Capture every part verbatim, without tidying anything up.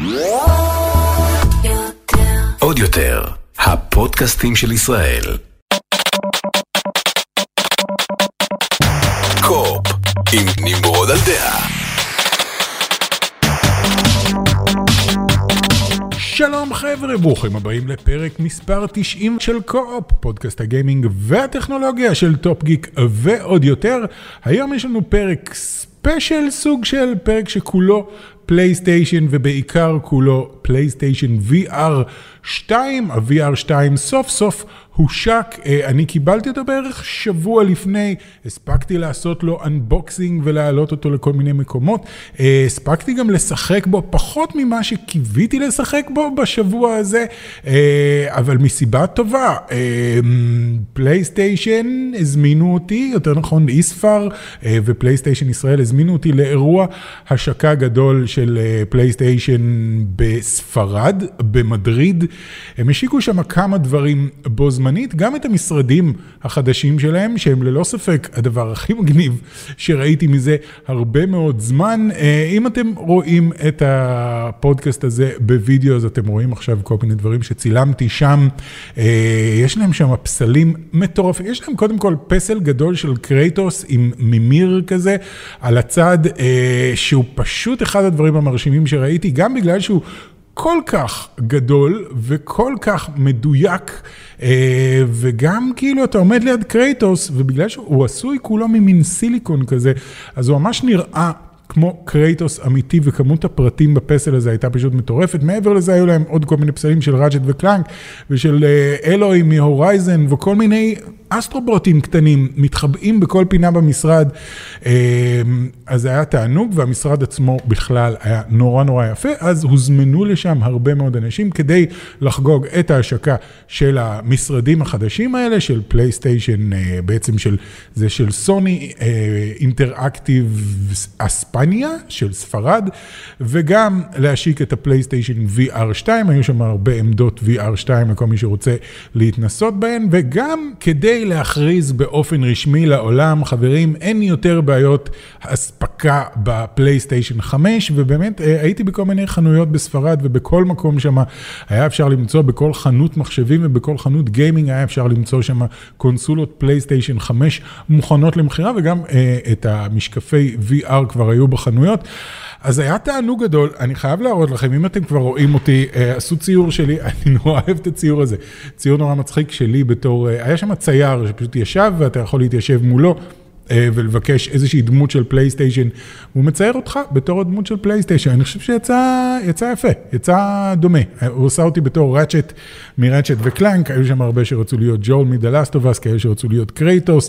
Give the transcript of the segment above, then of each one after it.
עוד יותר, הפודקאסטים של ישראל. קופ, עם נמרוד על דעה. שלום חבר'ה, ברוכים הבאים לפרק מספר תשעים של קופ, פודקאסט הגיימינג והטכנולוגיה של טופ גיק ועוד יותר. היום יש לנו פרק ספיישל, סוג של פרק שכולו פלייסטיישן ובעיקר כולו פלייסטיישן וי אר שתיים. ה-וי אר שתיים סוף סוף הושק, אני קיבלתי אותו בערך שבוע לפני, הספקתי לעשות לו אנבוקסינג ולהעלות אותו לכל מיני מקומות, הספקתי גם לשחק בו פחות ממה שקיוויתי לשחק בו בשבוע הזה, אבל מסיבה טובה, פלייסטיישן הזמינו אותי, יותר נכון איספר ופלייסטיישן ישראל הזמינו אותי לאירוע השקה גדול של פלייסטיישן בספרד, במדריד. הם השיקו שם כמה דברים בו זמנית, גם את המשרדים החדשים שלהם, שהם ללא ספק הדבר הכי מגניב שראיתי מזה הרבה מאוד זמן. אם אתם רואים את הפודקאסט הזה בווידאו, אז אתם רואים עכשיו כל מיני דברים שצילמתי שם. יש להם שם פסלים מטורף, יש להם קודם כל פסל גדול של קרייטוס עם מימיר כזה על הצד, שהוא פשוט אחד הדברים המרשימים שראיתי, גם בגלל שהוא כל כך גדול וכל כך מדויק, וגם כאילו אתה עומד ליד קרייטוס, ובגלל שהוא עשוי כולו ממין סיליקון כזה, אז הוא ממש נראה כמו קרייטוס אמיתי, וכמות הפרטים בפסל הזה הייתה פשוט מטורפת. מעבר לזה היו להם עוד כל מיני פסלים של ראג'ט וקלנק, ושל אלוי מהורייזן, וכל מיני אסטרובוטים קטנים מתחבאים בכל פינה במשרד. אז זה היה תענוג, והמשרד עצמו בכלל היה נורא נורא יפה, אז הוזמנו לשם הרבה מאוד אנשים כדי לחגוג את ההשקה של המשרדים החדשים האלה, של פלייסטיישן, בעצם של, זה של סוני אינטראקטיב אספניה, של ספרד, וגם להשיק את הפלייסטיישן וי אר שתיים, היו שם הרבה עמדות וי אר שתיים לכל מי שרוצה להתנסות בהן, וגם כדי להכריז באופן רשמי לעולם, חברים, אין יותר בעיות הספקה בפלייסטיישן חמש, ובאמת הייתי בכל מיני חנויות בספרד, ובכל מקום שם היה אפשר למצוא, בכל חנות מחשבים ובכל חנות גיימינג היה אפשר למצוא שם קונסולות פלייסטיישן חמש מוכנות למחירה, וגם אה, את המשקפי וי אר כבר היו בחנויות. אז היה תענוג גדול, אני חייב להראות לכם, אם אתם כבר רואים אותי, עשו ציור שלי, אני נורא אוהב את הציור הזה, ציור נורא מצחיק שלי בתור, היה שם צייר שפשוט ישב, ואתה יכול להתיישב מולו, ולבקש איזושהי דמות של פלייסטיישן, הוא מצייר אותך בתור הדמות של פלייסטיישן. אני חושב שיצא יצא יפה, יצא דומה. הוא עושה אותי בתור ראצ'ט מראצ'ט וקלנק, היו שם הרבה שרצו להיות ג'ול מדלאסט אוף אס, כאלה שרצו להיות קרייטוס,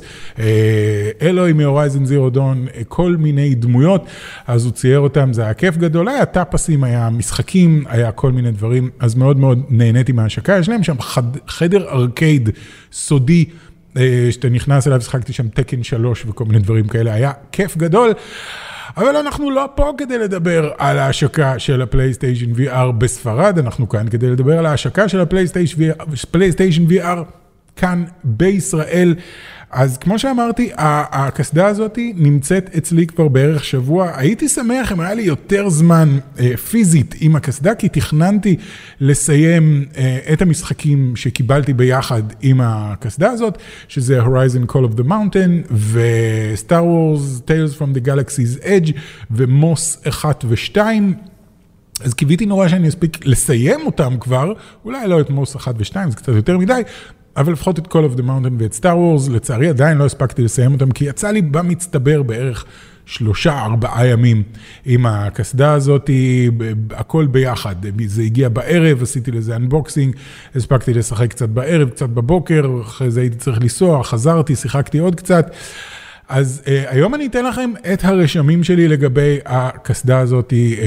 אלוי מהורייזן זירו דון, כל מיני דמויות, אז הוא צייר אותם, זה היה כיף גדול, היה טאפסים, היה משחקים, היה כל מיני דברים, אז מאוד מאוד נהניתי מההשקה. יש להם שם חדר ארקייד סודי, שאתה נכנס אליו, שחקתי שם טקן שלוש וכל מיני דברים כאלה, היה כיף גדול, אבל אנחנו לא פה כדי לדבר על ההשקה של הפלייסטיישן וי אר בספרד, אנחנו כאן כדי לדבר על ההשקה של הפלייסטיישן וי אר כאן בישראל. אז כמו שאמרתי, הקסדה הזאת נמצאת אצלי כבר בערך שבוע. הייתי שמח אם היה לי יותר זמן אה, פיזית עם הקסדה, כי תכננתי לסיים אה, את המשחקים שקיבלתי ביחד עם הקסדה הזאת, שזה Horizon Call of the Mountain, ו-Star Wars Tales from the Galaxy's Edge, ו-מוס אחת ושתיים. אז קיוויתי נורא שאני אספיק לסיים אותם כבר, אולי לא את מוס אחת ושתיים, זה קצת יותר מדי, אבל לפחות את Call of the Mountain ואת Star Wars, לצערי עדיין לא הספקתי לסיים אותם, כי יצא לי במצטבר בערך שלושה, ארבעה ימים עם הקסדה הזאת, הכל ביחד. זה הגיע בערב, עשיתי לזה אנבוקסינג, הספקתי לשחק קצת בערב, קצת בבוקר, אחרי זה הייתי צריך לנסוע, חזרתי, שיחקתי עוד קצת. אז uh, היום אני אתן לכם את הרשמים שלי לגבי הקסדה הזאת, uh,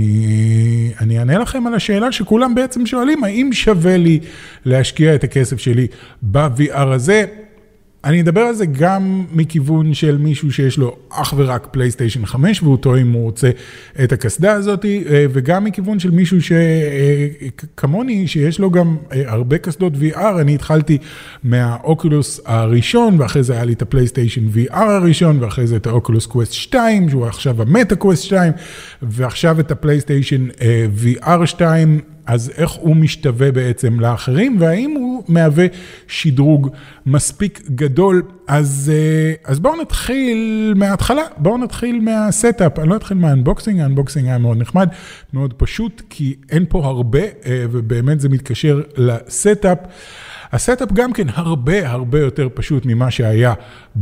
ואני אני אענה לכם על השאלה שכולם בעצם שואלים, האם שווה לי להשקיע את הכסף שלי ב-וי אר הזה? אני אדבר על זה גם מכיוון של מישהו שיש לו אך ורק פלייסטיישן חמש, והוא טועה אם הוא רוצה את הקסדה הזאת, וגם מכיוון של מישהו שכמוני, שיש לו גם הרבה קסדות וי אר, אני התחלתי מהאוקולוס הראשון, ואחרי זה היה לי את הפלייסטיישן וי אר הראשון, ואחרי זה את האוקולוס קווסט שתיים, שהוא עכשיו המטה קווסט שתיים, ועכשיו את הפלייסטיישן וי אר שתיים, אז איך הוא משתווה בעצם לאחרים, והאם הוא מהווה שדרוג מספיק גדול. אז, אז בואו נתחיל מההתחלה, בואו נתחיל מהסטאפ, אני לא אתחיל מהאנבוקסינג, האנבוקסינג היה מאוד נחמד, מאוד פשוט, כי אין פה הרבה, ובאמת זה מתקשר לסטאפ. הסטאפ גם כן הרבה הרבה יותר פשוט ממה שהיה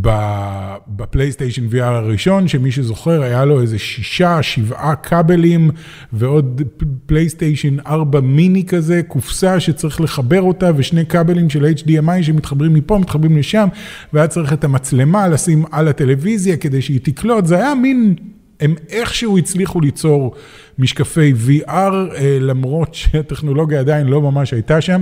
בפלייסטיישן וי אר הראשון, שמי שזוכר היה לו איזה שישה, שבעה כבלים, ועוד פלייסטיישן ארבע מיני כזה, קופסה שצריך לחבר אותה, ושני כבלים של אייץ' די אם איי שמתחברים מפה, מתחברים לשם, והיה צריך את המצלמה לשים על הטלוויזיה כדי שהיא תקלוט, זה היה מין... הם איכשהו הצליחו ליצור משקפי וי אר, למרות שהטכנולוגיה עדיין לא ממש הייתה שם.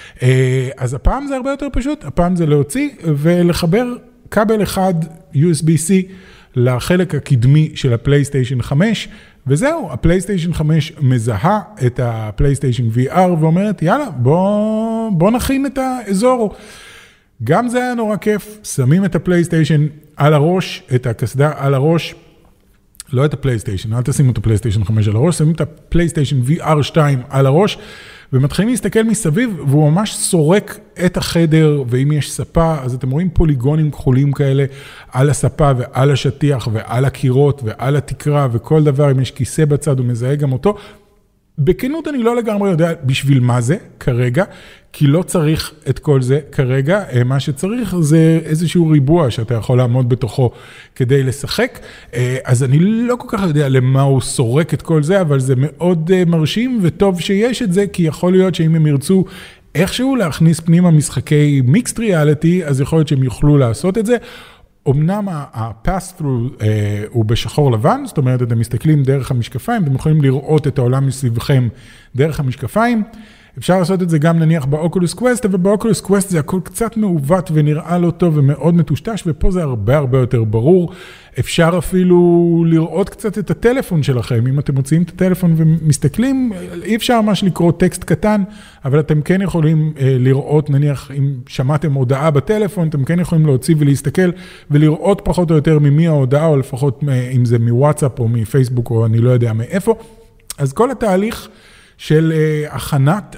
אז הפעם זה הרבה יותר פשוט, הפעם זה להוציא ולחבר כבל אחד יו אס בי סי לחלק הקדמי של הפלייסטיישן חמש, וזהו, הפלייסטיישן חמש מזהה את הפלייסטיישן וי אר ואומרת, יאללה, בוא, בוא נכין את האזור. גם זה היה נורא כיף, שמים את הפלייסטיישן על הראש, את הקסדה על הראש, לא את הפלייסטיישן, אל תשימו את הפלייסטיישן חמש על הראש, שמים את הפלייסטיישן וי אר שתיים על הראש, ומתחילים להסתכל מסביב, והוא ממש סורק את החדר, ואם יש ספה, אז אתם רואים פוליגונים כחולים כאלה, על הספה ועל השטיח, ועל הקירות, ועל התקרה, וכל דבר, אם יש כיסא בצד, הוא מזהה גם אותו. בכנות אני לא לגמרי יודע בשביל מה זה כרגע, כי לא צריך את כל זה כרגע, מה שצריך זה איזשהו ריבוע שאתה יכול לעמוד בתוכו כדי לשחק, אז אני לא כל כך יודע למה הוא סורק את כל זה, אבל זה מאוד מרשים וטוב שיש את זה, כי יכול להיות שאם הם ירצו איכשהו להכניס פנימה משחקי מיקסט ריאליטי, אז יכול להיות שהם יוכלו לעשות את זה, אמנם ה-pass-through הוא בשחור לבן, זאת אומרת, אתם מסתכלים דרך המשקפיים, אתם יכולים לראות את העולם מסביבכם דרך המשקפיים, אפשר לעשות את זה גם נניח באוקולוס קווסט, אבל באוקולוס קווסט זה הכל קצת מעוות ונראה לא טוב ומאוד מטושטש, ופה זה הרבה הרבה יותר ברור. אפשר אפילו לראות קצת את הטלפון שלכם, אם אתם מוציאים את הטלפון ומסתכלים, אי אפשר ממש לקרוא טקסט קטן, אבל אתם כן יכולים לראות, נניח אם שמעתם הודעה בטלפון, אתם כן יכולים להוציא ולהסתכל, ולראות פחות או יותר ממי ההודעה, או לפחות אם זה מוואטסאפ או מפייסבוק, או אני לא יודע מאיפה. אז כל התהליך של uh, הכנת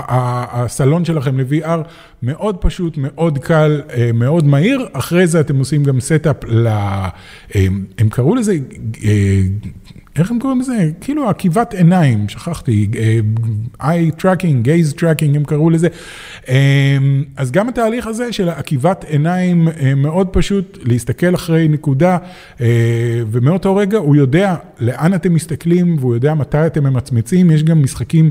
הסלון שלכם ל-וי אר, מאוד פשוט, מאוד קל, uh, מאוד מהיר. אחרי זה אתם עושים גם סטאפ ל... Uh, הם קראו לזה, uh, איך הם קוראים לזה? כאילו עקיבת עיניים, שכחתי, uh, eye tracking, gaze tracking, הם קראו לזה. Uh, אז גם התהליך הזה של עקיבת עיניים, uh, מאוד פשוט, להסתכל אחרי נקודה, uh, ומאותו רגע הוא יודע לאן אתם מסתכלים, והוא יודע מתי אתם ממצמצים. יש גם משחקים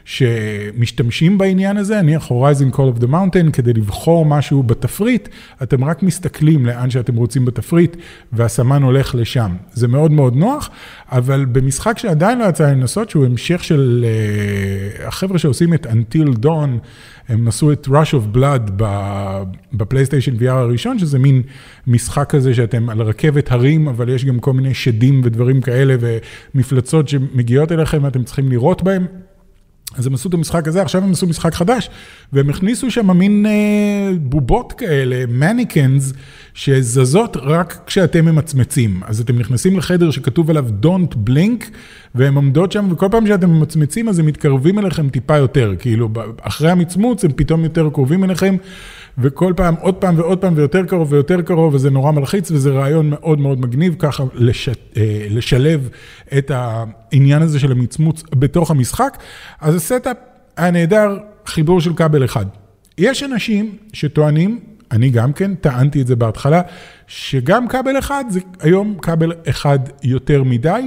שמשתמשים בעניין הזה, נניח Horizon Call of the Mountain, כדי לבחור משהו בתפריט, אתם רק מסתכלים לאן שאתם רוצים בתפריט, והסמן הולך לשם. זה מאוד מאוד נוח, אבל במשחק שעדיין לא יצא לנסות, שהוא המשך של uh, החבר'ה שעושים את Until Dawn, הם נסו את Rush of Blood בפלייסטיישן וי אר הראשון, שזה מין משחק כזה שאתם על רכבת הרים, אבל יש גם כל מיני שדים ודברים כאלה, ומפלצות שמגיעות אליכם, ואתם צריכים לראות בהם. אז הם עשו את המשחק הזה, עכשיו הם עשו משחק חדש, והם הכניסו שם מין אה, בובות כאלה, מניקנס, שזזות רק כשאתם ממצמצים. אז אתם נכנסים לחדר שכתוב עליו Don't Blink, והם עומדות שם, וכל פעם שאתם ממצמצים, אז הם מתקרבים אליכם טיפה יותר, כאילו אחרי המצמוץ הם פתאום יותר קרובים אליכם, וכל פעם, עוד פעם ועוד פעם ויותר קרוב ויותר קרוב, וזה נורא מלחיץ, וזה רעיון מאוד מאוד מגניב, ככה לש, לשלב את העניין הזה של המצמוץ בתוך המשחק. אז הסטאפ היה נהדר, חיבור של כבל אחד. יש אנשים שטוענים, אני גם כן, טענתי את זה בהתחלה, שגם כבל אחד, זה היום כבל אחד יותר מדי.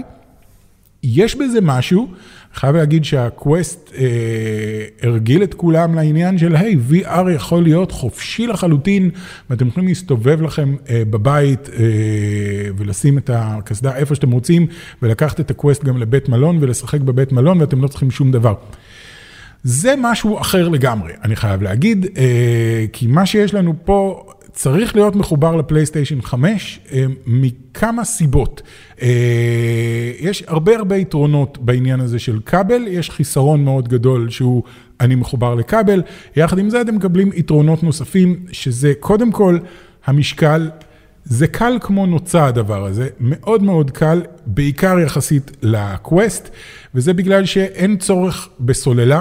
יש בזה משהו, חייב להגיד שהקווסט אה, הרגיל את כולם לעניין של, היי, וי אר יכול להיות חופשי לחלוטין, ואתם יכולים להסתובב לכם אה, בבית אה, ולשים את הקסדה איפה שאתם רוצים, ולקחת את הקווסט גם לבית מלון ולשחק בבית מלון, ואתם לא צריכים שום דבר. זה משהו אחר לגמרי, אני חייב להגיד, אה, כי מה שיש לנו פה, צריך להיות מחובר לפלייסטיישן חמש מכמה סיבות. יש הרבה הרבה יתרונות בעניין הזה של כבל, יש חיסרון מאוד גדול שהוא אני מחובר לכבל, יחד עם זה אתם מקבלים יתרונות נוספים, שזה קודם כל המשקל, זה קל כמו נוצה הדבר הזה, מאוד מאוד קל, בעיקר יחסית לקווסט, וזה בגלל שאין צורך בסוללה,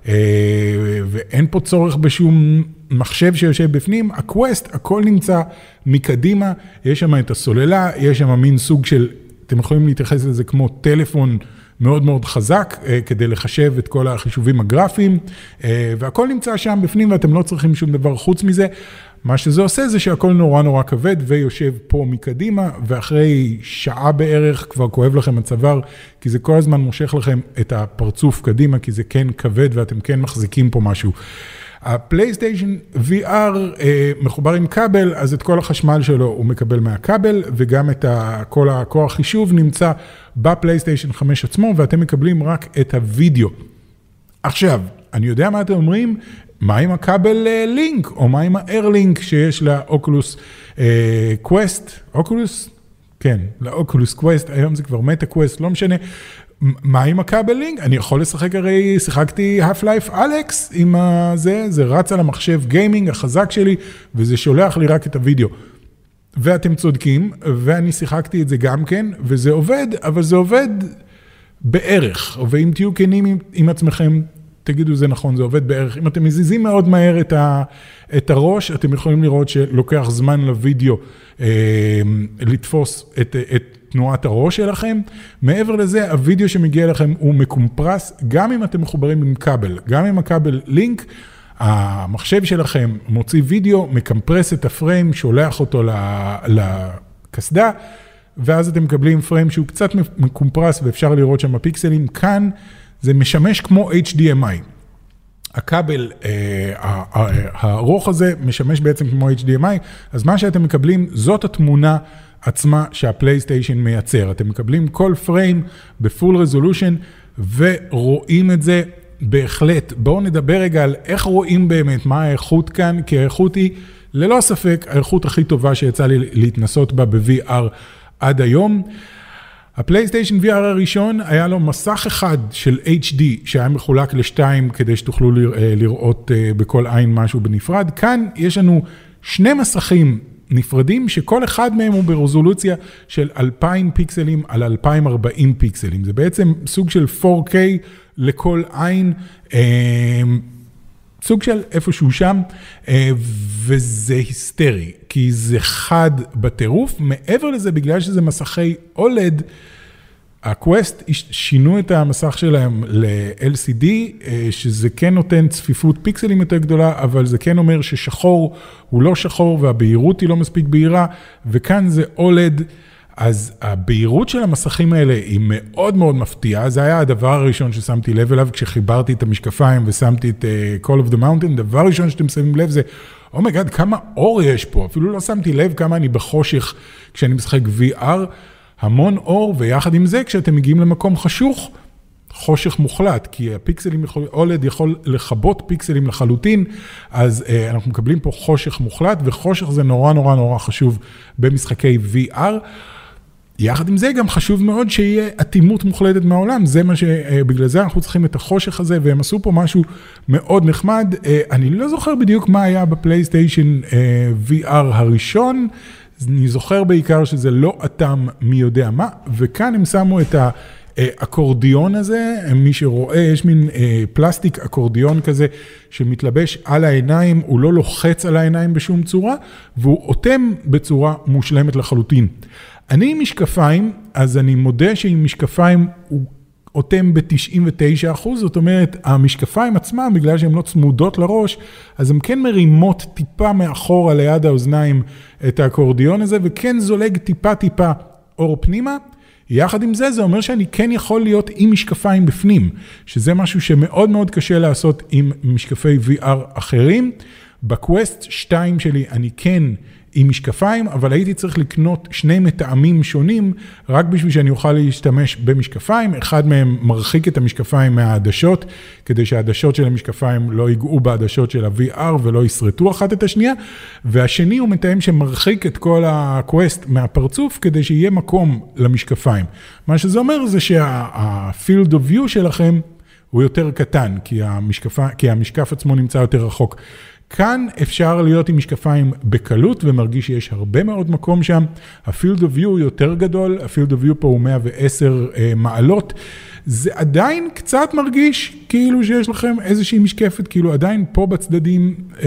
ואין פה צורך בשום מחשב שיושב בפנים, הקווסט, הכל נמצא מקדימה, יש שם את הסוללה, יש שם מין סוג של, אתם יכולים להתייחס לזה כמו טלפון מאוד מאוד חזק, כדי לחשב את כל החישובים הגרפיים, והכל נמצא שם בפנים, ואתם לא צריכים שום דבר חוץ מזה. מה שזה עושה זה שהכל נורא נורא כבד, ויושב פה מקדימה, ואחרי שעה בערך כבר כואב לכם הצוואר, כי זה כל הזמן מושך לכם את הפרצוף קדימה, כי זה כן כבד, ואתם כן מחזיקים פה משהו. הפלייסטיישן וי אר אה, מחובר עם כבל, אז את כל החשמל שלו הוא מקבל מהכבל, וגם את כל הכוח חישוב נמצא בפלייסטיישן חמש עצמו, ואתם מקבלים רק את הוידאו. עכשיו, אני יודע מה אתם אומרים, מה עם הכבל לינק, או מה עם האיירלינק שיש לאוקולוס קווסט, אוקולוס? כן, לאוקולוס קווסט, היום זה כבר מטה קווסט, לא משנה, מה עם הכבל לינק? אני יכול לשחק, הרי שיחקתי Half-Life Alyx עם זה, זה רץ על המחשב גיימינג החזק שלי, וזה שולח לי רק את הוידאו. ואתם צודקים, ואני שיחקתי את זה גם כן, וזה עובד, אבל זה עובד בערך, ואם תהיו כנים עם, עם עצמכם, תגידו זה נכון, זה עובד בערך. אם אתם מזיזים מאוד מהר את, ה, את הראש, אתם יכולים לראות שלוקח זמן לוידאו אה, לתפוס את, את תנועת הראש שלכם. מעבר לזה, הוידאו שמגיע לכם הוא מקומפרס, גם אם אתם מחוברים עם כבל, גם עם הכבל לינק, המחשב שלכם מוציא וידאו, מקמפרס את הפריים, שולח אותו לקסדה, ואז אתם מקבלים פריים שהוא קצת מקומפרס, ואפשר לראות שם הפיקסלים. כאן זה משמש כמו אייץ' די אם איי. הכבל הארוך הזה משמש בעצם כמו אייץ' די אם איי, אז מה שאתם מקבלים זאת התמונה עצמה שהפלייסטיישן מייצר. אתם מקבלים כל פריים בפול רזולושן, ורואים את זה בהחלט. בואו נדבר רגע על איך רואים באמת מה האיכות כאן, כי האיכות היא ללא ספק האיכות הכי טובה שיצא לי להתנסות בה ב-וי אר עד היום. הפלייסטיישן וי אר הראשון היה לו מסך אחד של אייץ' די שהיה מחולק לשתיים כדי שתוכלו לראות בכל עין משהו בנפרד. כאן יש לנו שני מסכים נפרדים שכל אחד מהם הוא ברזולוציה של אלפיים פיקסלים על אלפיים וארבעים פיקסלים. זה בעצם סוג של פור קיי לכל עין, סוג של איפשהו שם, וזה היסטרי, כי זה חד בטירוף. מעבר לזה, בגלל שזה מסכי אולד, הקווסט שינו את המסך שלהם ל-אל סי די, שזה כן נותן צפיפות פיקסלים יותר גדולה, אבל זה כן אומר ששחור הוא לא שחור, והבהירות היא לא מספיק בהירה, וכאן זה אולד, אז הבהירות של המסכים האלה היא מאוד מאוד מפתיעה. זה היה הדבר הראשון ששמתי לב אליו, כשחיברתי את המשקפיים ושמתי את uh, Call of the Mountain, דבר ראשון שאתם שמים לב זה, אומייגאד, כמה אור יש פה, אפילו לא שמתי לב כמה אני בחושך כשאני משחק וי אר, המון אור, ויחד עם זה, כשאתם מגיעים למקום חשוך, חושך מוחלט, כי הפיקסלים יכול, אולד יכול לחבות פיקסלים לחלוטין, אז אה, אנחנו מקבלים פה חושך מוחלט, וחושך זה נורא נורא נורא חשוב במשחקי וי אר. יחד עם זה גם חשוב מאוד שיהיה אטימות מוחלטת מהעולם, זה מה שבגלל זה אנחנו צריכים את החושך הזה, והם עשו פה משהו מאוד נחמד. אה, אני לא זוכר בדיוק מה היה בפלייסטיישן אה, וי אר הראשון, אני זוכר בעיקר שזה לא אטם מי יודע מה, וכאן הם שמו את האקורדיון הזה, מי שרואה, יש מין פלסטיק אקורדיון כזה, שמתלבש על העיניים, הוא לא לוחץ על העיניים בשום צורה, והוא אוטם בצורה מושלמת לחלוטין. אני עם משקפיים, אז אני מודה שעם משקפיים הוא אותם ב-תשעים ותשעה אחוז, זאת אומרת, המשקפיים עצמם, בגלל שהן לא צמודות לראש, אז הן כן מרימות טיפה מאחור על יד האוזניים את האקורדיון הזה, וכן זולג טיפה טיפה אור פנימה. יחד עם זה, זה אומר שאני כן יכול להיות עם משקפיים בפנים, שזה משהו שמאוד מאוד קשה לעשות עם משקפי וי אר אחרים. בקווסט שתיים שלי אני כן עם משקפיים, אבל הייתי צריך לקנות שני מטעמים שונים, רק בשביל שאני אוכל להשתמש במשקפיים, אחד מהם מרחיק את המשקפיים מהעדשות, כדי שהעדשות של המשקפיים לא ייגעו בעדשות של ה-וי אר ולא יסרטו אחת את השנייה, והשני הוא מטעם שמרחיק את כל הקווסט מהפרצוף, כדי שיהיה מקום למשקפיים. מה שזה אומר זה שה-field of view שלכם הוא יותר קטן, כי המשקפה, כי המשקף עצמו נמצא יותר רחוק. כאן אפשר להיות עם משקפיים בקלות, ומרגיש שיש הרבה מאוד מקום שם. ה-field of view הוא יותר גדול, ה-field of view פה הוא מאה ועשר אה, מעלות. זה עדיין קצת מרגיש כאילו שיש לכם איזושהי משקפת, כאילו עדיין פה בצדדים אה,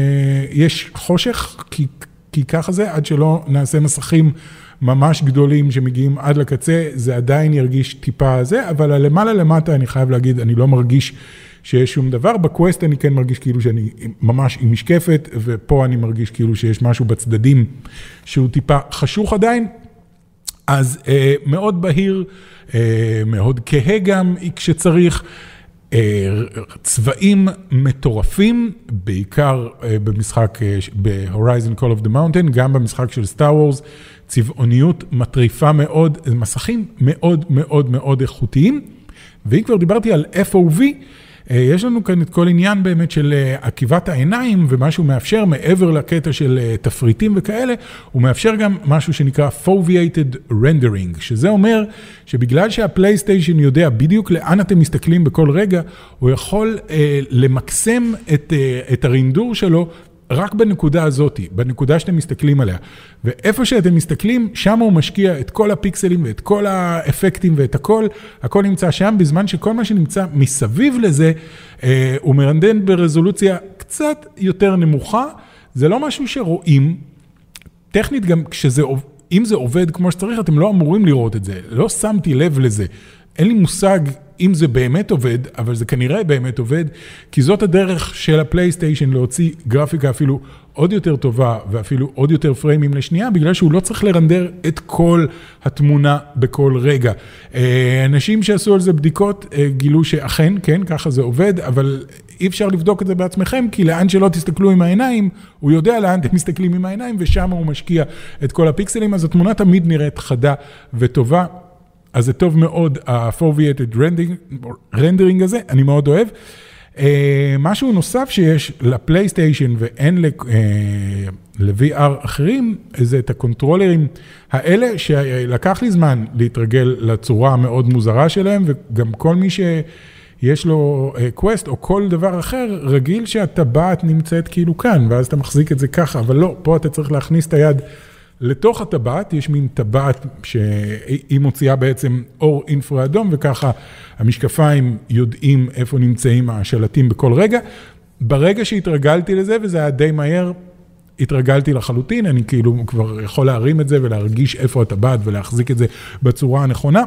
יש חושך, כי, כי ככה זה, עד שלא נעשה מסכים ממש גדולים שמגיעים עד לקצה, זה עדיין ירגיש טיפה זה, אבל למעלה למטה אני חייב להגיד, אני לא מרגיש שיש שום דבר. בקווסט אני כן מרגיש כאילו שאני ממש עם משקפת, ופה אני מרגיש כאילו שיש משהו בצדדים שהוא טיפה חשוך עדיין. אז אה, מאוד בהיר, אה, מאוד כהה גם כשצריך, אה, צבעים מטורפים, בעיקר אה, במשחק, אה, ב-Horizon Call of the Mountain, גם במשחק של Star Wars, צבעוניות מטריפה מאוד, מסכים מאוד מאוד מאוד איכותיים. ואם כבר דיברתי על אף או וי, יש לנו כאן את כל עניין באמת של עקיבת העיניים, ומה שהוא מאפשר מעבר לקטע של תפריטים וכאלה, הוא מאפשר גם משהו שנקרא Foveated Rendering, שזה אומר שבגלל שהפלייסטיישן יודע בדיוק לאן אתם מסתכלים בכל רגע, הוא יכול אה, למקסם את, אה, את הרינדור שלו, רק בנקודה הזאת, בנקודה שאתם מסתכלים עליה. ואיפה שאתם מסתכלים, שם הוא משקיע את כל הפיקסלים ואת כל האפקטים ואת הכל, הכל נמצא שם, בזמן שכל מה שנמצא מסביב לזה, אה, הוא מרנדן ברזולוציה קצת יותר נמוכה. זה לא משהו שרואים, טכנית גם כשזה, אם זה עובד כמו שצריך, אתם לא אמורים לראות את זה. לא שמתי לב לזה. אין לי מושג אם זה באמת עובד, אבל זה כנראה באמת עובד, כי זאת הדרך של הפלייסטיישן להוציא גרפיקה אפילו עוד יותר טובה, ואפילו עוד יותר פריימים לשנייה, בגלל שהוא לא צריך לרנדר את כל התמונה בכל רגע. אנשים שעשו על זה בדיקות גילו שאכן, כן, ככה זה עובד, אבל אי אפשר לבדוק את זה בעצמכם, כי לאן שלא תסתכלו עם העיניים, הוא יודע לאן אתם מסתכלים עם העיניים, ושם הוא משקיע את כל הפיקסלים, אז התמונה תמיד נראית חדה וטובה. אז זה טוב מאוד, ה-Foveated Rendering הזה, אני מאוד אוהב. משהו נוסף שיש לפלייסטיישן ואין ל-וי אר אחרים, זה את הקונטרולרים האלה, שלקח לי זמן להתרגל לצורה המאוד מוזרה שלהם, וגם כל מי שיש לו קווסט או כל דבר אחר, רגיל שהטבעת נמצאת כאילו כאן, ואז אתה מחזיק את זה ככה, אבל לא, פה אתה צריך להכניס את היד לתוך הטבעת, יש מין טבעת שהיא מוציאה בעצם אור אינפרה אדום, וככה המשקפיים יודעים איפה נמצאים השלטים בכל רגע. ברגע שהתרגלתי לזה, וזה היה די מהר, התרגלתי לחלוטין, אני כאילו כבר יכול להרים את זה ולהרגיש איפה הטבעת ולהחזיק את זה בצורה הנכונה.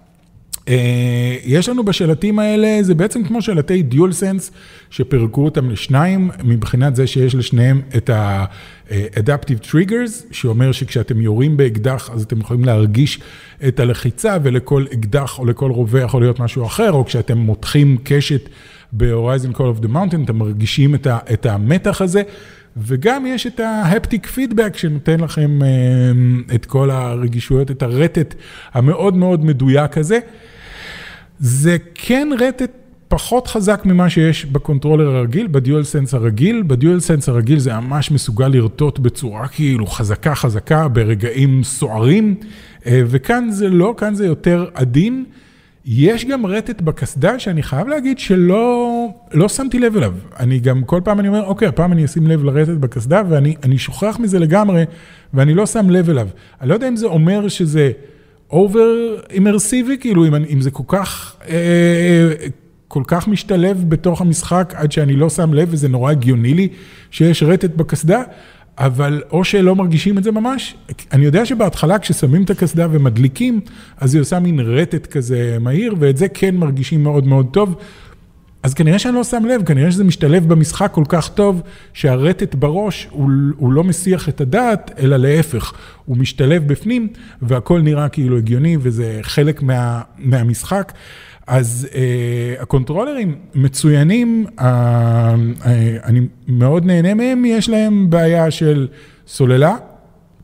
יש לנו בשלטים האלה, זה בעצם כמו שלטי DualSense, שפרקו אותם לשניים, מבחינת זה שיש לשניהם את ה-Adaptive Triggers, שאומר שכשאתם יורים באקדח, אז אתם יכולים להרגיש את הלחיצה, ולכל אקדח או לכל רובה יכול להיות משהו אחר, או כשאתם מותחים קשת ב-Horizon Call of the Mountain, אתם מרגישים את, ה- את המתח הזה, וגם יש את ההפטיק פידבק שנותן לכם את כל הרגישויות, את הרטט המאוד מאוד מדויק הזה. זה כן רטט פחות חזק ממה שיש בקונטרולר הרגיל, בדיואל סנס הרגיל. בדיואל סנס הרגיל זה ממש מסוגל לרטוט בצורה כאילו חזקה חזקה ברגעים סוערים, וכאן זה לא, כאן זה יותר עדין. יש גם רטט בקסדה שאני חייב להגיד שלא לא שמתי לב אליו. אני גם כל פעם אני אומר, אוקיי, הפעם אני אשים לב לרטט בקסדה, ואני אני שוכח מזה לגמרי, ואני לא שם לב אליו. אני לא יודע אם זה אומר שזה אובר אימרסיבי, כאילו אם, אם זה כל כך, אה, כל כך משתלב בתוך המשחק, עד שאני לא שם לב, וזה נורא הגיוני לי שיש רטט בקסדה, אבל או שלא מרגישים את זה ממש, אני יודע שבהתחלה כששמים את הקסדה ומדליקים, אז היא עושה מין רטט כזה מהיר, ואת זה כן מרגישים מאוד מאוד טוב, אז כנראה שאני לא שם לב, כנראה שזה משתלב במשחק כל כך טוב, שהרטט בראש הוא, הוא לא מסיח את הדעת, אלא להפך, הוא משתלב בפנים, והכל נראה כאילו הגיוני, וזה חלק מה, מהמשחק. אז אה, הקונטרולרים מצוינים, אה, אה, אני מאוד נהנה מהם, יש להם בעיה של סוללה,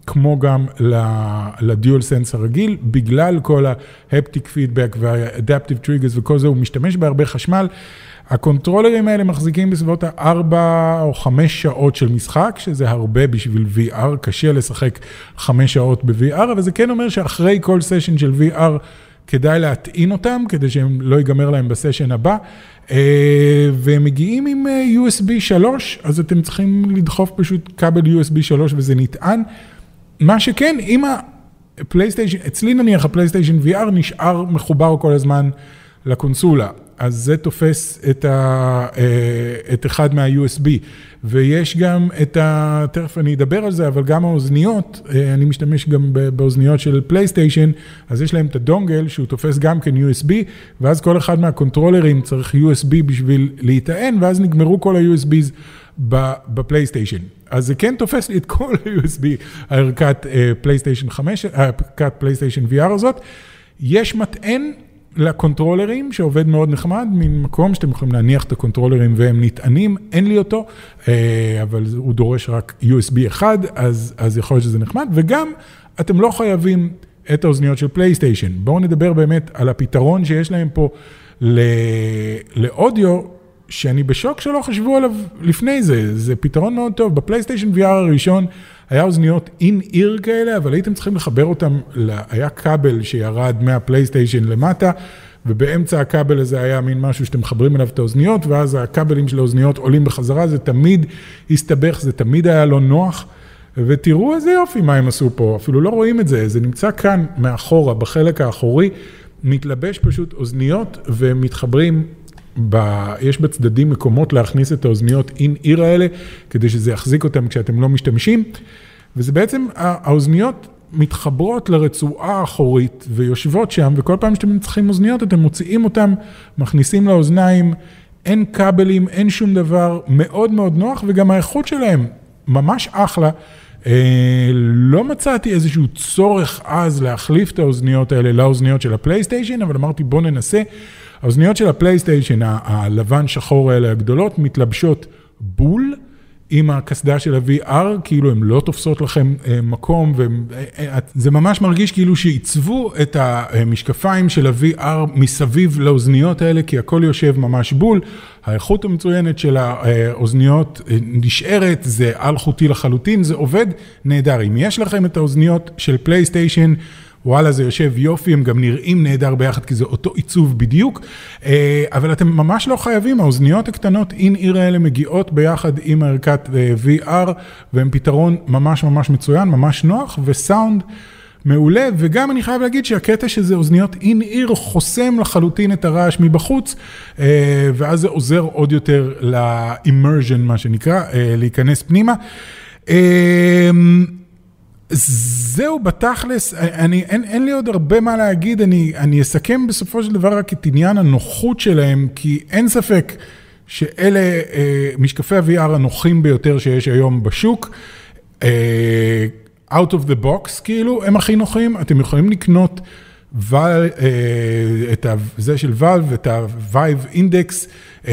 כמו גם לדיול סנס הרגיל, בגלל כל ההפטיק פידבק והאדפטיב טריגרס וכל זה, הוא משתמש בהרבה חשמל. הקונטרולרים האלה מחזיקים בסביבות ארבע או חמש שעות של משחק, שזה הרבה בשביל וי אר, קשה לשחק חמש שעות ב-וי אר, אבל זה כן אומר שאחרי כל סשן של וי אר, כדאי להטעין אותם, כדי שהם לא ייגמר להם בסשן הבא, והם מגיעים עם יו אס בי שלוש, אז אתם צריכים לדחוף פשוט כבל יו אס בי שלוש וזה נטען. מה שכן, אם הפלייסטיישן, אצלי נניח הפלייסטיישן וי אר נשאר מחובר כל הזמן לקונסולה, אז זה תופס את, ה, את אחד מה-יו אס בי, ויש גם את ה... תכף אני אדבר על זה, אבל גם האוזניות, אני משתמש גם באוזניות של פלייסטיישן, אז יש להם את הדונגל שהוא תופס גם כן יו אס בי, ואז כל אחד מהקונטרולרים צריך יו אס בי בשביל להיטען, ואז נגמרו כל ה-יו אס ביז בפלייסטיישן. אז זה כן תופס לי את כל ה-יו אס בי, הערכת פלייסטיישן חמש, הערכת פלייסטיישן וי אר הזאת. יש מטען לקונטרולרים שעובד מאוד נחמד, ממקום שאתם יכולים להניח את הקונטרולרים והם נטענים, אין לי אותו, אבל הוא דורש רק יו אס בי אחד, אז, אז יכול להיות שזה נחמד, וגם אתם לא חייבים את האוזניות של פלייסטיישן. בואו נדבר באמת על הפתרון שיש להם פה לאודיו, שאני בשוק שלא חשבו עליו לפני זה, זה פתרון מאוד טוב. בפלייסטיישן וי אר הראשון היה אוזניות אין-איר כאלה, אבל הייתם צריכים לחבר אותם, היה כבל שירד מהפלייסטיישן למטה, ובאמצע הכבל הזה היה מין משהו שאתם מחברים אליו את האוזניות, ואז הכבלים של האוזניות עולים בחזרה, זה תמיד הסתבך, זה תמיד היה לא נוח, ותראו איזה יופי מה הם עשו פה, אפילו לא רואים את זה, זה נמצא כאן מאחורה, בחלק האחורי, מתלבש פשוט אוזניות ומתחברים, ב... יש בצדדים מקומות להכניס את האוזניות אין-איר האלה, כדי שזה יחזיק אותם כשאתם לא משתמשים, וזה בעצם, האוזניות מתחברות לרצועה האחורית, ויושבות שם, וכל פעם שאתם צריכים אוזניות, אתם מוציאים אותם, מכניסים לאוזניים, אין כבלים, אין שום דבר, מאוד מאוד נוח, וגם האיכות שלהם ממש אחלה, לא מצאתי איזשהו צורך אז להחליף את האוזניות האלה לאוזניות של הפלייסטיישן, אבל אמרתי בוא ננסה. האוזניות של הפלייסטיישן, הלבן שחור האלה הגדולות, מתלבשות בול עם הכסדה של ה-וי אר, כאילו הן לא תופסות לכם מקום, וזה ממש מרגיש כאילו שעיצבו את המשקפיים של ה-וי אר מסביב לאוזניות האלה, כי הכל יושב ממש בול. האיכות המצוינת של האוזניות נשארת, זה על-חוטי לחלוטין, זה עובד נהדר. אם יש לכם את האוזניות של פלייסטיישן, וואלה, זה יושב יופי, הם גם נראים נהדר ביחד, כי זה אותו עיצוב בדיוק, אבל אתם ממש לא חייבים, האוזניות הקטנות אין-איר האלה מגיעות ביחד עם הערכת וי אר, והם פתרון ממש ממש מצוין, ממש נוח, וסאונד מעולה, וגם אני חייב להגיד שהקטע שזה אוזניות אין-איר חוסם לחלוטין את הרעש מבחוץ, ואז זה עוזר עוד יותר ל-immersion, מה שנקרא, להיכנס פנימה. זהו בתכלס, אני, אין, אין לי עוד הרבה מה להגיד, אני, אני אסכם בסופו של דבר רק את עניין הנוחות שלהם, כי אין ספק שאלה אה, משקפי ה-וי אר הנוחים ביותר שיש היום בשוק, אה, out of the box כאילו, הם הכי נוחים, אתם יכולים לקנות ול, אה, את זה של Valve, את ה-Vive Index, אה,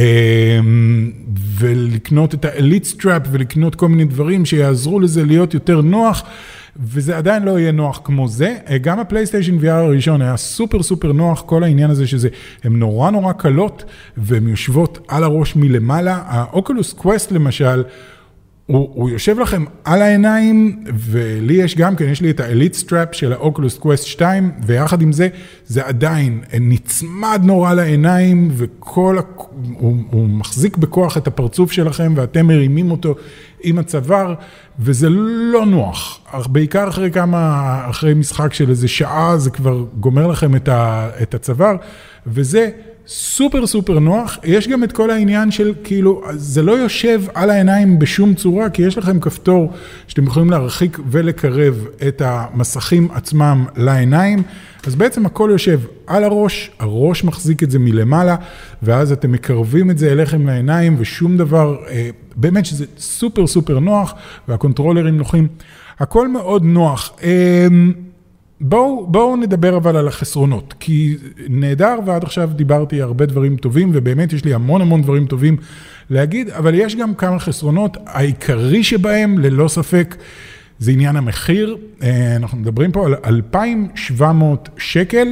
ולקנות את ה-Elite Strap, ולקנות כל מיני דברים שיעזרו לזה להיות יותר נוח, וזה עדיין לא יהיה נוח כמו זה. גם הפלייסטיישן וי אר הראשון היה סופר סופר נוח, כל העניין הזה שזה, הם נורא נורא קלות, והן יושבות על הראש מלמעלה. האוקולוס קווסט למשל, הוא, הוא יושב לכם על העיניים, ולי יש גם כן, יש לי את האליט סטראפ של האוקולוס קווסט שתיים, ויחד עם זה, זה עדיין נצמד נורא לעיניים, וכל, הוא, הוא מחזיק בכוח את הפרצוף שלכם, ואתם מרימים אותו עם הצוואר, וזה לא נוח. בעיקר אחרי כמה, אחרי משחק של איזה שעה, זה כבר גומר לכם את, ה, את הצוואר, וזה סופר סופר נוח. יש גם את כל העניין של כאילו, זה לא יושב על העיניים בשום צורה, כי יש לכם כפתור שאתם יכולים להרחיק ולקרב את המסכים עצמם לעיניים, אז בעצם הכל יושב על הראש, הראש מחזיק את זה מלמעלה, ואז אתם מקרבים את זה אליכם לעיניים, ושום דבר, באמת שזה סופר סופר נוח, והקונטרולרים נוחים, הכל מאוד נוח. בואו, בואו נדבר אבל על החסרונות, כי נהדר, ועד עכשיו דיברתי הרבה דברים טובים, ובאמת יש לי המון המון דברים טובים להגיד, אבל יש גם כמה חסרונות. העיקרי שבהם, ללא ספק, זה עניין המחיר, אנחנו מדברים פה על אלפיים שבע מאות שקל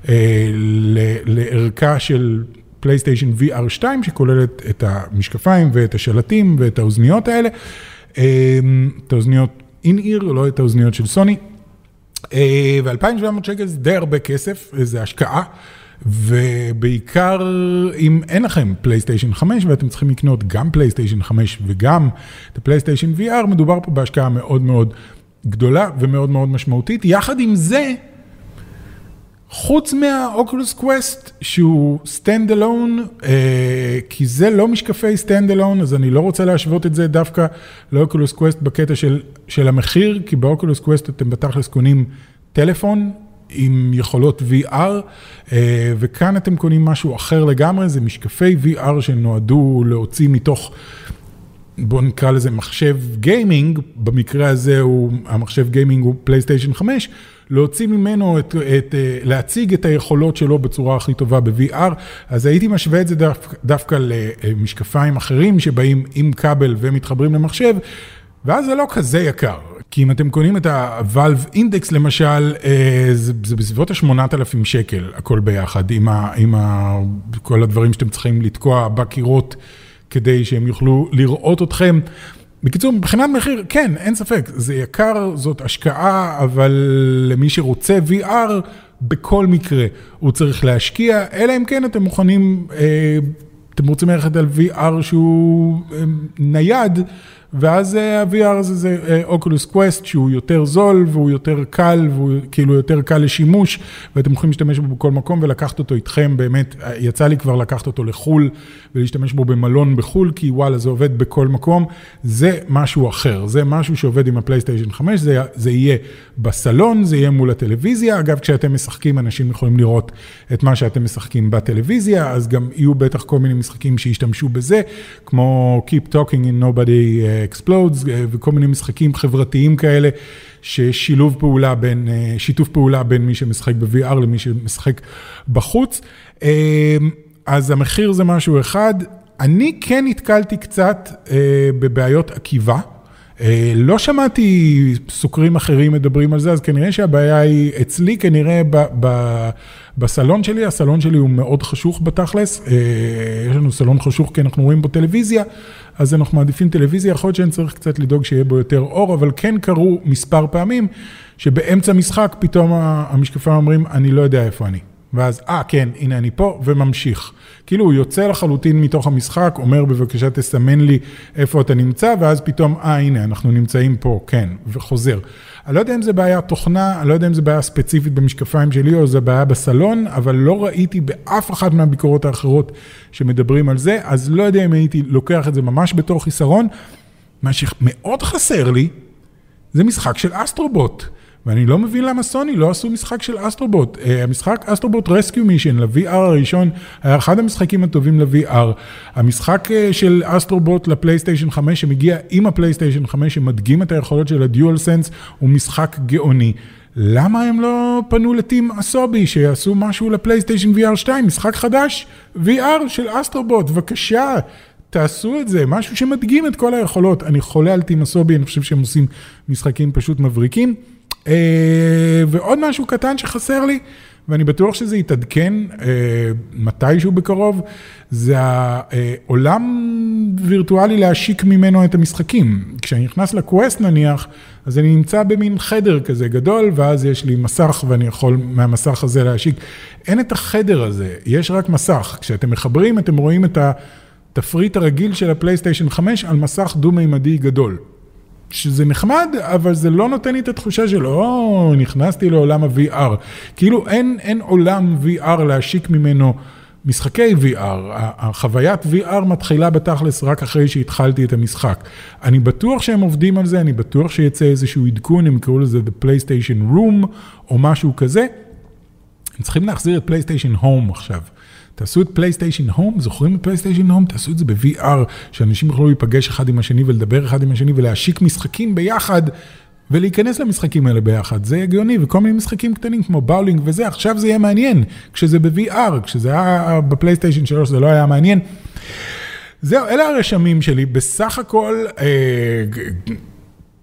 לערכה של פלייסטיישן וי אר שתיים, שכוללת את המשקפיים ואת השלטים ואת האוזניות האלה, את האוזניות אין-איר, לא את האוזניות של סוני, ו-אלפיים שבע מאות שקל זה די הרבה כסף, זה השקעה, ובעיקר אם אין לכם פלייסטיישן חמש ואתם צריכים לקנות גם פלייסטיישן חמש וגם את הפלייסטיישן וי אר, מדובר פה בהשקעה מאוד מאוד גדולה ומאוד מאוד משמעותית. יחד עם זה, חוץ מהאוקולוס קווסט שהוא סטנד אלון, כי זה לא משקפי סטנד אלון, אז אני לא רוצה להשוות את זה דווקא לאוקולוס קווסט בקטע של, של המחיר, כי באוקולוס קווסט אתם בתכלס קונים טלפון, עם יכולות וי אר, וכאן אתם קונים משהו אחר לגמרי, זה משקפי וי אר שנועדו להוציא מתוך, בואו נקרא לזה מחשב גיימינג, במקרה הזה הוא, המחשב גיימינג הוא פלייסטיישן חמש, להוציא ממנו, את, את, להציג את היכולות שלו בצורה הכי טובה ב-וי אר, אז הייתי משווה את זה דווקא, דווקא למשקפיים אחרים שבאים עם כבל ומתחברים למחשב, ואז זה לא כזה יקר. כי אם אתם קונים את ה-Valve Index למשל, זה, זה בסביבות ה-שמונת אלפים שקל, הכל ביחד, עם, ה, עם ה, כל הדברים שאתם צריכים לתקוע בקירות, כדי שהם יוכלו לראות אתכם. בקיצור, מבחינת מחיר, כן, אין ספק, זה יקר, זאת השקעה, אבל למי שרוצה וי אר, בכל מקרה הוא צריך להשקיע, אלא אם כן אתם מוכנים, אתם רוצים ללכת על וי אר שהוא נייד, ואז ה-וי אר הזה זה אוקולוס קווסט, שהוא יותר זול, והוא יותר קל, והוא כאילו יותר קל לשימוש, ואתם יכולים להשתמש בו בכל מקום, ולקחת אותו איתכם, באמת, יצא לי כבר לקחת אותו לחול, ולהשתמש בו במלון בחול, כי וואלה, זה עובד בכל מקום, זה משהו אחר, זה משהו שעובד עם הפלייסטיישן חמש, זה, זה יהיה בסלון, זה יהיה מול הטלוויזיה, אגב, כשאתם משחקים, אנשים יכולים לראות את מה שאתם משחקים בטלוויזיה, אז גם יהיו בטח כל מיני משחקים שישתמשו בזה, כמו Keep Talking in Nobody Explodes, וכל מיני משחקים חברתיים כאלה, ששילוב פעולה בין, שיתוף פעולה בין מי שמשחק ב-וי אר למי שמשחק בחוץ. אז המחיר זה משהו אחד. אני כן התקלתי קצת בבעיות עקיבה. לא שמעתי סוקרים אחרים מדברים על זה, אז כנראה שהבעיה היא אצלי, כנראה ב, ב, בסלון שלי, הסלון שלי הוא מאוד חשוך בתכלס, יש לנו סלון חשוך כי אנחנו רואים בו טלוויזיה, אז אנחנו מעדיפים טלוויזיה, יכול להיות שאני צריך קצת לדאוג שיהיה בו יותר אור, אבל כן קרו מספר פעמים, שבאמצע משחק פתאום המשקפיים אומרים, אני לא יודע איפה אני. ואז, אה, כן, הנה אני פה, וממשיך. כאילו הוא יוצא לחלוטין מתוך המשחק, אומר בבקשה תסמן לי איפה אתה נמצא, ואז פתאום, אה, הנה, אנחנו נמצאים פה, כן, וחוזר. אני לא יודע אם זה בעיה תוכנה, אני לא יודע אם זה בעיה ספציפית במשקפיים שלי, או זה בעיה בסלון, אבל לא ראיתי באף אחת מהביקורות האחרות שמדברים על זה, אז לא יודע אם הייתי לוקח את זה ממש בתור חיסרון. מה שמאוד חסר לי, זה משחק של אסטרובוט. ואני לא מבין למה סוני לא עשו משחק של אסטרובוט. המשחק אסטרובוט רסקיו מישן ל-וי אר הראשון היה אחד המשחקים הטובים ל-וי אר. המשחק של אסטרובוט לפלייסטיישן חמש שמגיע עם הפלייסטיישן חמש שמדגים את היכולות של הדיול סנס הוא משחק גאוני. למה הם לא פנו לטים אסובי שיעשו משהו לפלייסטיישן וי אר שתיים? משחק חדש וי אר של אסטרובוט, בבקשה. תעשו את זה, משהו שמדגים את כל היכולות. אני חולה על טים אסובי, אני חושב שהם עושים משחקים פשוט מבריקים. ועוד משהו קטן שחסר לי, ואני בטוח שזה יתעדכן מתישהו בקרוב, זה העולם וירטואלי להשיק ממנו את המשחקים. כשאני נכנס לקווסט נניח, אז אני נמצא במין חדר כזה גדול, ואז יש לי מסך ואני יכול מהמסך הזה להשיק. אין את החדר הזה, יש רק מסך. כשאתם מחברים, אתם רואים את התפריט הרגיל של הפלייסטיישן חמש על מסך דו-מימדי גדול. שזה נחמד, אבל זה לא נותן לי את התחושה של, או, נכנסתי לעולם ה-וי אר. כאילו אין, אין עולם וי אר להשיק ממנו משחקי וי אר. החוויית וי אר מתחילה בתכלס רק אחרי שהתחלתי את המשחק. אני בטוח שהם עובדים על זה, אני בטוח שיצא איזשהו עדכון, הם קראו לזה The PlayStation Room, או משהו כזה. הם צריכים להחזיר את PlayStation Home עכשיו. תעשו את פלייסטיישן הום, זוכרים את פלייסטיישן הום? תעשו את זה ב-וי אר, שאנשים יוכלו להיפגש אחד עם השני ולדבר אחד עם השני ולהשיק משחקים ביחד ולהיכנס למשחקים האלה ביחד. זה הגיוני, וכל מיני משחקים קטנים כמו באולינג וזה, עכשיו זה יהיה מעניין, כשזה ב-וי אר, כשזה היה בפלייסטיישן שלוש זה לא היה מעניין. זהו, אלה הרשמים שלי, בסך הכל, אה,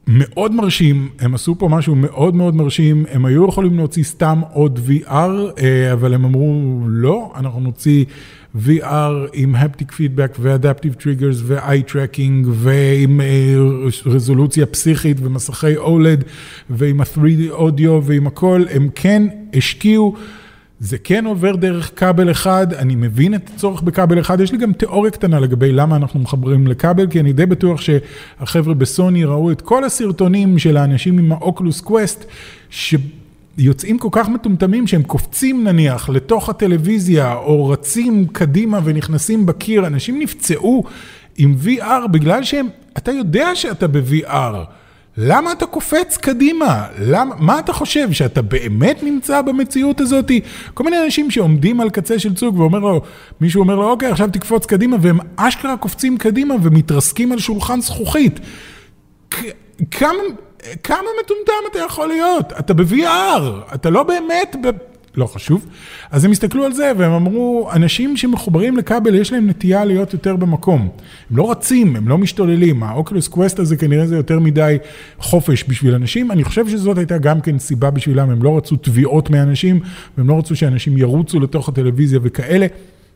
מאוד מרשים, הם עשו פה משהו מאוד מאוד מרשים, הם היו יכולים להוציא סתם עוד וי אר, אבל הם אמרו לא, אנחנו נוציא וי אר עם הפטיק פידבק ו-adaptive triggers ו-eye tracking ועם רזולוציה פסיכית ומסכי אולד ועם ה-תרי די audio ועם הכל, הם כן השקיעו, זה כן עובר דרך כבל אחד, אני מבין את הצורך בכבל אחד, יש לי גם תיאוריה קטנה לגבי למה אנחנו מחברים לכבל, כי אני די בטוח שהחבר'ה בסוני ראו את כל הסרטונים של האנשים עם האוקולוס קווסט, שיוצאים כל כך מטומטמים שהם קופצים נניח לתוך הטלוויזיה, או רצים קדימה ונכנסים בקיר, אנשים נפצעו עם וי אר בגלל שהם, אתה יודע שאתה ב-וי אר, למה אתה קופץ קדימה? למה, מה אתה חושב? שאתה באמת נמצא במציאות הזאת? כל מיני אנשים שעומדים על קצה של צוג ואומר לו, מישהו אומר לו, אוקיי, עכשיו תקפוץ קדימה, והם אשכרה קופצים קדימה ומתרסקים על שולחן זכוכית. כמה, כמה מטומטם אתה יכול להיות? אתה ב-וי אר, אתה לא באמת ב... לא חשוב. אז הם הסתכלו על זה והם אמרו, אנשים שמחוברים לכבל יש להם נטייה להיות יותר במקום. הם לא רצים, הם לא משתוללים. האוקולוס קווסט הזה כנראה זה יותר מדי חופש בשביל אנשים. אני חושב שזאת הייתה גם כן סיבה בשבילם. הם לא רצו תביעות מאנשים, והם לא רצו שאנשים ירוצו לתוך הטלוויזיה וכאלה.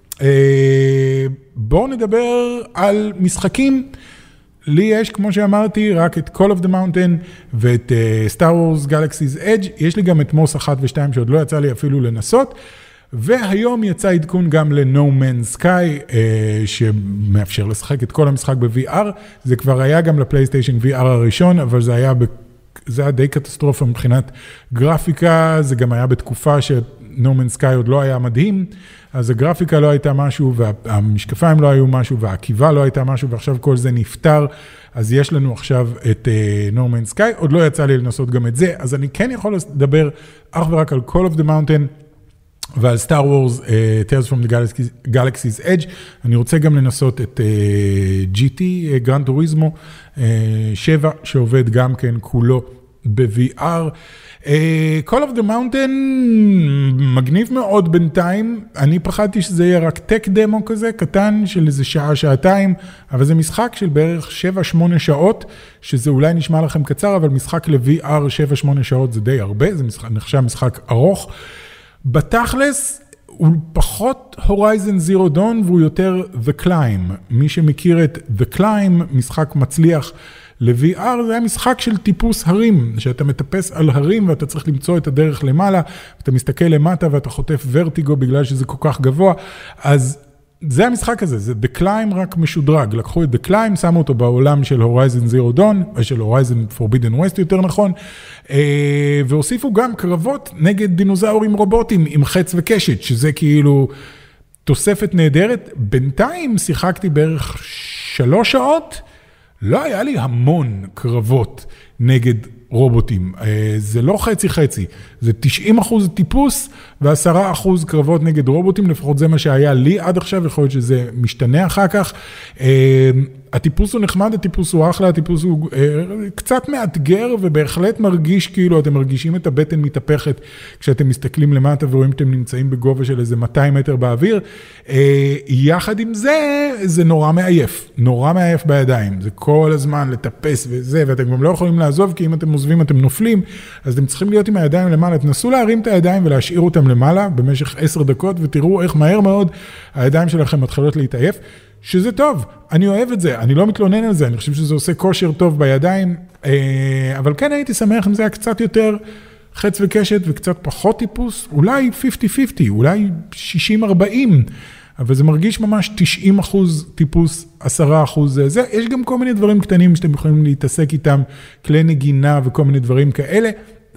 בואו נדבר על משחקים. לי יש, כמו שאמרתי, רק את Call of the Mountain ואת uh, Star Wars Galaxy's Edge. יש לי גם את מוס אחת ושתיים שעוד לא יצא לי אפילו לנסות. והיום יצא עדכון גם ל-No Man's Sky, uh, שמאפשר לשחק את כל המשחק ב-וי אר. זה כבר היה גם לפלייסטיישן וי אר הראשון, אבל זה היה, ב... זה היה די קטסטרופה מבחינת גרפיקה. זה גם היה בתקופה ש... No Man's Sky עוד לא היה מדהים, אז הגרפיקה לא הייתה משהו, והמשקפיים לא היו משהו, והעקיבה לא הייתה משהו, ועכשיו כל זה נפטר, אז יש לנו עכשיו את uh, No Man's Sky, עוד לא יצא לי לנסות גם את זה, אז אני כן יכול לדבר אך ורק על Call of the Mountain, ועל Star Wars, uh, Tales from the Galaxy, Galaxy's Edge, אני רוצה גם לנסות את uh, ג'י טי, uh, Gran Turismo uh, שבע, שעובד גם כן כולו ב-וי אר, Uh, Call of the Mountain מגניב מאוד בינתיים, אני פחדתי שזה יהיה רק טק דמו כזה, קטן של איזה שעה, שעתיים, אבל זה משחק של בערך שבע שמונה שעות, שזה אולי נשמע לכם קצר, אבל משחק ל-וי אר שבע שמונה שעות זה די הרבה, זה משחק, נחשב משחק ארוך. בתכלס הוא פחות Horizon Zero Dawn והוא יותר The Climb. מי שמכיר את The Climb, משחק מצליח ל-וי אר, זה היה משחק של טיפוס הרים, שאתה מטפס על הרים ואתה צריך למצוא את הדרך למעלה, ואתה מסתכל למטה ואתה חוטף ורטיגו בגלל שזה כל כך גבוה, אז זה המשחק הזה, זה The Climb רק משודרג, לקחו את The Climb, שמו אותו בעולם של Horizon Zero Dawn, של Horizon Forbidden West יותר נכון, והוסיפו גם קרבות נגד דינוזאורים רובוטים עם חץ וקשת, שזה כאילו תוספת נהדרת. בינתיים שיחקתי בערך שלוש שעות, לא היה לי המון קרבות נגד רובוטים, זה לא חצי חצי, זה תשעים אחוז טיפוס ו-עשרה אחוז קרבות נגד רובוטים, לפחות זה מה שהיה לי עד עכשיו, יכול להיות שזה משתנה אחר כך. הטיפוס הוא נחמד, הטיפוס הוא אחלה, הטיפוס הוא קצת מאתגר ובהחלט מרגיש כאילו אתם מרגישים את הבטן מתהפכת כשאתם מסתכלים למטה ורואים שאתם נמצאים בגובה של איזה מאתיים מטר באוויר. יחד עם זה, זה נורא מעייף, נורא מעייף בידיים, זה כל הזמן לטפס וזה, ואתם גם לא יכולים לעזוב, כי אם אתם עוזבים אתם נופלים, אז אתם צריכים להיות עם הידיים למעלה, תנסו להרים את הידיים ולהשאיר אותם למעלה במשך עשר דקות, ותראו איך מהר מאוד הידיים שלכם מתחילות להתעייף, שזה טוב, אני אוהב את זה, אני לא מתלונן על זה, אני חושב שזה עושה כושר טוב בידיים, אבל כן הייתי שמח אם זה היה קצת יותר חץ וקשת וקצת פחות טיפוס, אולי חמישים חמישים, אולי שישים ארבעים, אבל זה מרגיש ממש תשעים אחוז טיפוס, עשרה אחוז זה. יש גם כל מיני דברים קטנים שאתם יכולים להתעסק איתם, כלי נגינה וכל מיני דברים כאלה,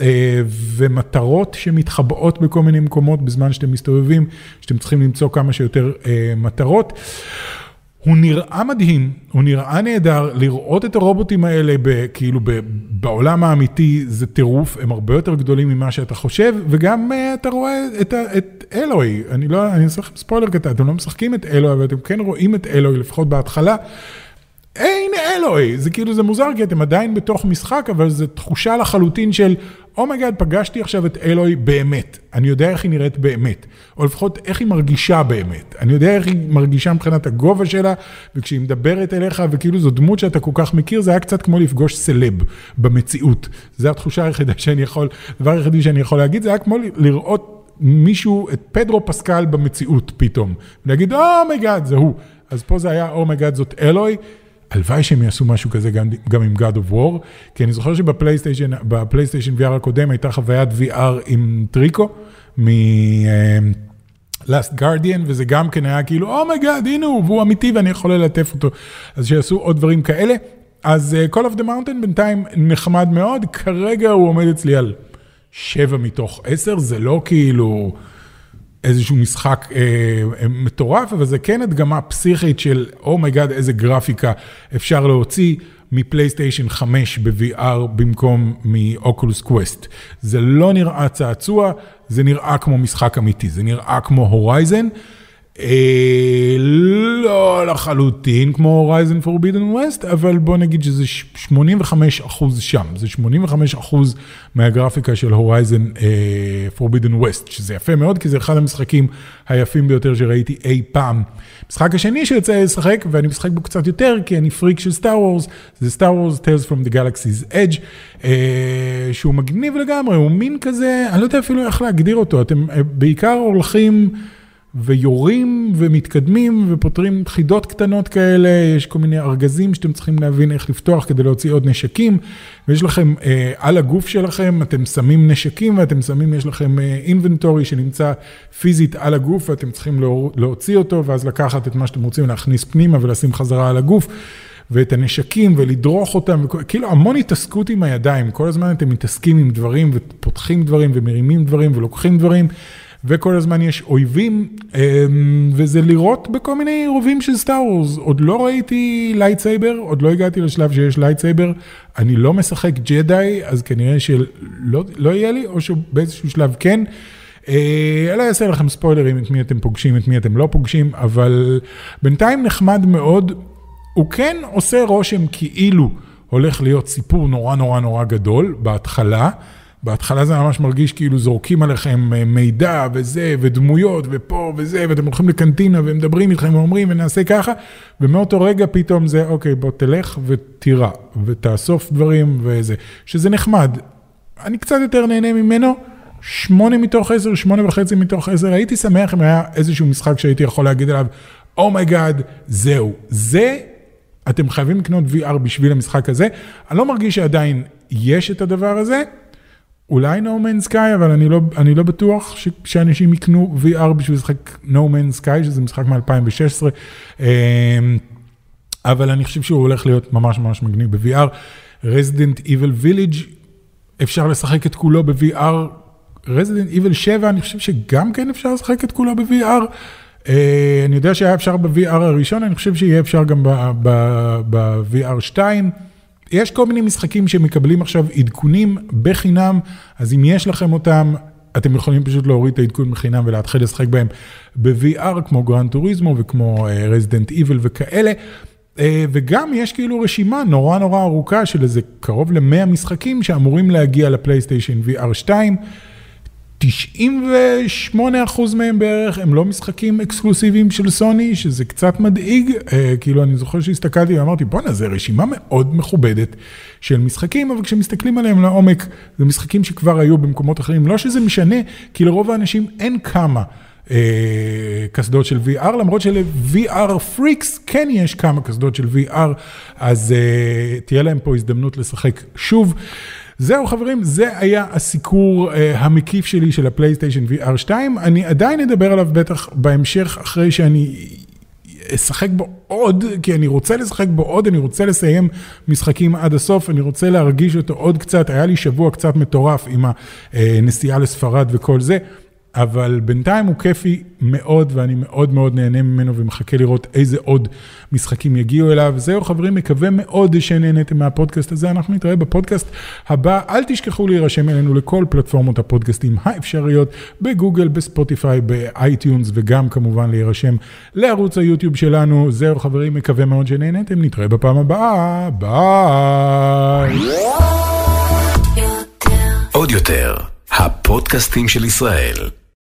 ומטרות שמתחבאות בכל מיני מקומות בזמן שאתם מסתובבים, שאתם צריכים למצוא כמה שיותר מטרות. הוא נראה מדהים, הוא נראה נהדר, לראות את הרובוטים האלה כאילו בעולם האמיתי זה טירוף, הם הרבה יותר גדולים ממה שאתה חושב, וגם אתה רואה את, את אלוהי, אני לא, אני אעשה לכם ספוילר קטן, אתם לא משחקים את אלוהי, אבל אתם כן רואים את אלוהי, לפחות בהתחלה, הנה אלוהי, זה כאילו זה מוזר, כי אתם עדיין בתוך משחק, אבל זו תחושה לחלוטין של, אומייגאד, פגשתי עכשיו את אלוהי באמת. אני יודע איך היא נראית באמת, או לפחות איך היא מרגישה באמת. אני יודע איך היא מרגישה מבחינת הגובה שלה, וכשהיא מדברת אליך, וכאילו זו דמות שאתה כל כך מכיר, זה היה קצת כמו לפגוש סלב במציאות. זו התחושה היחידה שאני יכול, דבר היחידי שאני יכול להגיד, זה היה כמו לראות מישהו, את פדרו פסקל במציאות פתאום. ולהגיד, אומייגאד, זה הוא. אז פה זה היה, אומייגאד, זאת אלוהי. הלוואי שהם יעשו משהו כזה גם, גם עם God of War, כי אני זוכר שבפלייסטיישן, בפלייסטיישן וי אר הקודם הייתה חוויית וי אר עם טריקו, מ-Last Guardian, וזה גם כן היה כאילו, אומייגאד, הנה הוא, והוא אמיתי ואני יכול ללטף אותו. אז שיעשו עוד דברים כאלה. אז uh, Call of the Mountain בינתיים נחמד מאוד, כרגע הוא עומד אצלי על שבע מתוך עשר, זה לא כאילו איזשהו משחק אה, אה, מטורף, אבל זה כן הדגמה פסיכית של, אומייגאד, איזה גרפיקה אפשר להוציא מפלייסטיישן חמש ב-וי אר במקום מאוקולוס קווסט. זה לא נראה צעצוע, זה נראה כמו משחק אמיתי, זה נראה כמו הורייזן, אה, לא לחלוטין כמו הורייזן פורבידן ווסט, אבל בוא נגיד שזה שמונים וחמישה אחוז שם, זה שמונים וחמישה אחוז מהגרפיקה של הורייזן פורבידן ווסט, שזה יפה מאוד, כי זה אחד המשחקים היפים ביותר שראיתי אי פעם. המשחק השני שיוצא לשחק, ואני משחק בו קצת יותר, כי אני פריק של סטאר וורס, זה סטאר וורס Tales from the Galaxy's Edge, אה, שהוא מגניב לגמרי, הוא מין כזה, אני לא יודע אפילו איך להגדיר אותו, אתם בעיקר הולכים ויורים ומתקדמים ופותרים חידות קטנות כאלה, יש כל מיני ארגזים שאתם צריכים להבין איך לפתוח כדי להוציא עוד נשקים, ויש לכם אה, על הגוף שלכם, אתם שמים נשקים ואתם שמים, יש לכם אינבנטורי אה, שנמצא פיזית על הגוף, ואתם צריכים להוציא אותו, ואז לקחת את מה שאתם רוצים להכניס פנימה ולשים חזרה על הגוף, ואת הנשקים ולדרוך אותם, וכו, כאילו המון התעסקות עם הידיים, כל הזמן אתם מתעסקים עם דברים ופותחים דברים ומרימים דברים ולוקחים דברים, וכל הזמן יש אויבים, וזה לראות בכל מיני רובים של סטאר וורס. עוד לא ראיתי לייטסייבר, עוד לא הגעתי לשלב שיש לייטסייבר, אני לא משחק ג'די, אז כנראה שלא לא יהיה לי, או שבאיזשהו שלב כן. אלא יעשה לכם ספוילרים את מי אתם פוגשים, את מי אתם לא פוגשים, אבל בינתיים נחמד מאוד. הוא כן עושה רושם כאילו הולך להיות סיפור נורא נורא נורא גדול בהתחלה, בהתחלה זה ממש מרגיש כאילו זורקים עליכם מידע וזה, ודמויות ופה וזה, ואתם הולכים לקנטינה ומדברים איתכם ואומרים ונעשה ככה, ומאותו רגע פתאום זה, אוקיי, בוא תלך ותירה, ותאסוף דברים וזה, שזה נחמד. אני קצת יותר נהנה ממנו, שמונה מתוך עשר, שמונה וחצי מתוך עשר, הייתי שמח אם היה איזשהו משחק שהייתי יכול להגיד עליו, אומייגאד, זהו, זה, אתם חייבים לקנות וי אר בשביל המשחק הזה, אני לא מרגיש שעדיין יש את הדבר הזה, אולי No Man's Sky, אבל אני לא, אני לא בטוח ש, שאנשים יקנו וי אר בשביל לשחק No Man's Sky, שזה משחק מ-אלפיים ושש עשרה, אבל אני חושב שהוא הולך להיות ממש ממש מגניב ב-וי אר. Resident Evil Village, אפשר לשחק את כולו ב-וי אר. Resident Evil שבע, אני חושב שגם כן אפשר לשחק את כולו ב-וי אר. אני יודע שהיה אפשר ב-וי אר הראשון, אני חושב שיהיה אפשר גם ב-וי אר שתיים. יש כל מיני משחקים שמקבלים עכשיו עדכונים בחינם, אז אם יש לכם אותם, אתם יכולים פשוט להוריד את העדכון בחינם ולהתחיל לשחק בהם ב-וי אר, כמו גרן טוריזמו וכמו Resident Evil וכאלה, וגם יש כאילו רשימה נורא נורא ארוכה של איזה קרוב ל-מאה משחקים שאמורים להגיע לפלייסטיישן וי אר שתיים, תשעים ושמונה אחוז מהם בערך הם לא משחקים אקסקלוסיביים של סוני, שזה קצת מדאיג, כאילו אני זוכר שהסתכלתי ואמרתי, בוא'נה, זה רשימה מאוד מכובדת של משחקים, אבל כשמסתכלים עליהם לעומק, זה משחקים שכבר היו במקומות אחרים, לא שזה משנה, כי לרוב האנשים אין כמה קסדות של וי אר, למרות של-וי אר פריקס כן יש כמה קסדות של וי אר, אז תהיה להם פה הזדמנות לשחק שוב. זהו חברים, זה היה הסיקור uh, המקיף שלי של הפלייסטיישן וי אר שתיים, אני עדיין אדבר עליו בטח בהמשך אחרי שאני אשחק בו עוד, כי אני רוצה לשחק בו עוד, אני רוצה לסיים משחקים עד הסוף, אני רוצה להרגיש אותו עוד קצת, היה לי שבוע קצת מטורף עם הנסיעה לספרד וכל זה, אבל בינתיים הוא כיפי מאוד, ואני מאוד מאוד נהנה ממנו, ומחכה לראות איזה עוד משחקים יגיעו אליו. זהו חברים, מקווה מאוד שנהנתם מהפודקאסט הזה, אנחנו נתראה בפודקאסט הבא, אל תשכחו להירשם אלינו לכל פלטפורמות הפודקאסטים האפשריות, בגוגל, בספוטיפיי, באייטיונס, וגם כמובן להירשם לערוץ היוטיוב שלנו. זהו חברים, מקווה מאוד שנהנתם, נתראה בפעם הבאה, ביי. עוד יותר, הפודקאסטים של ישראל.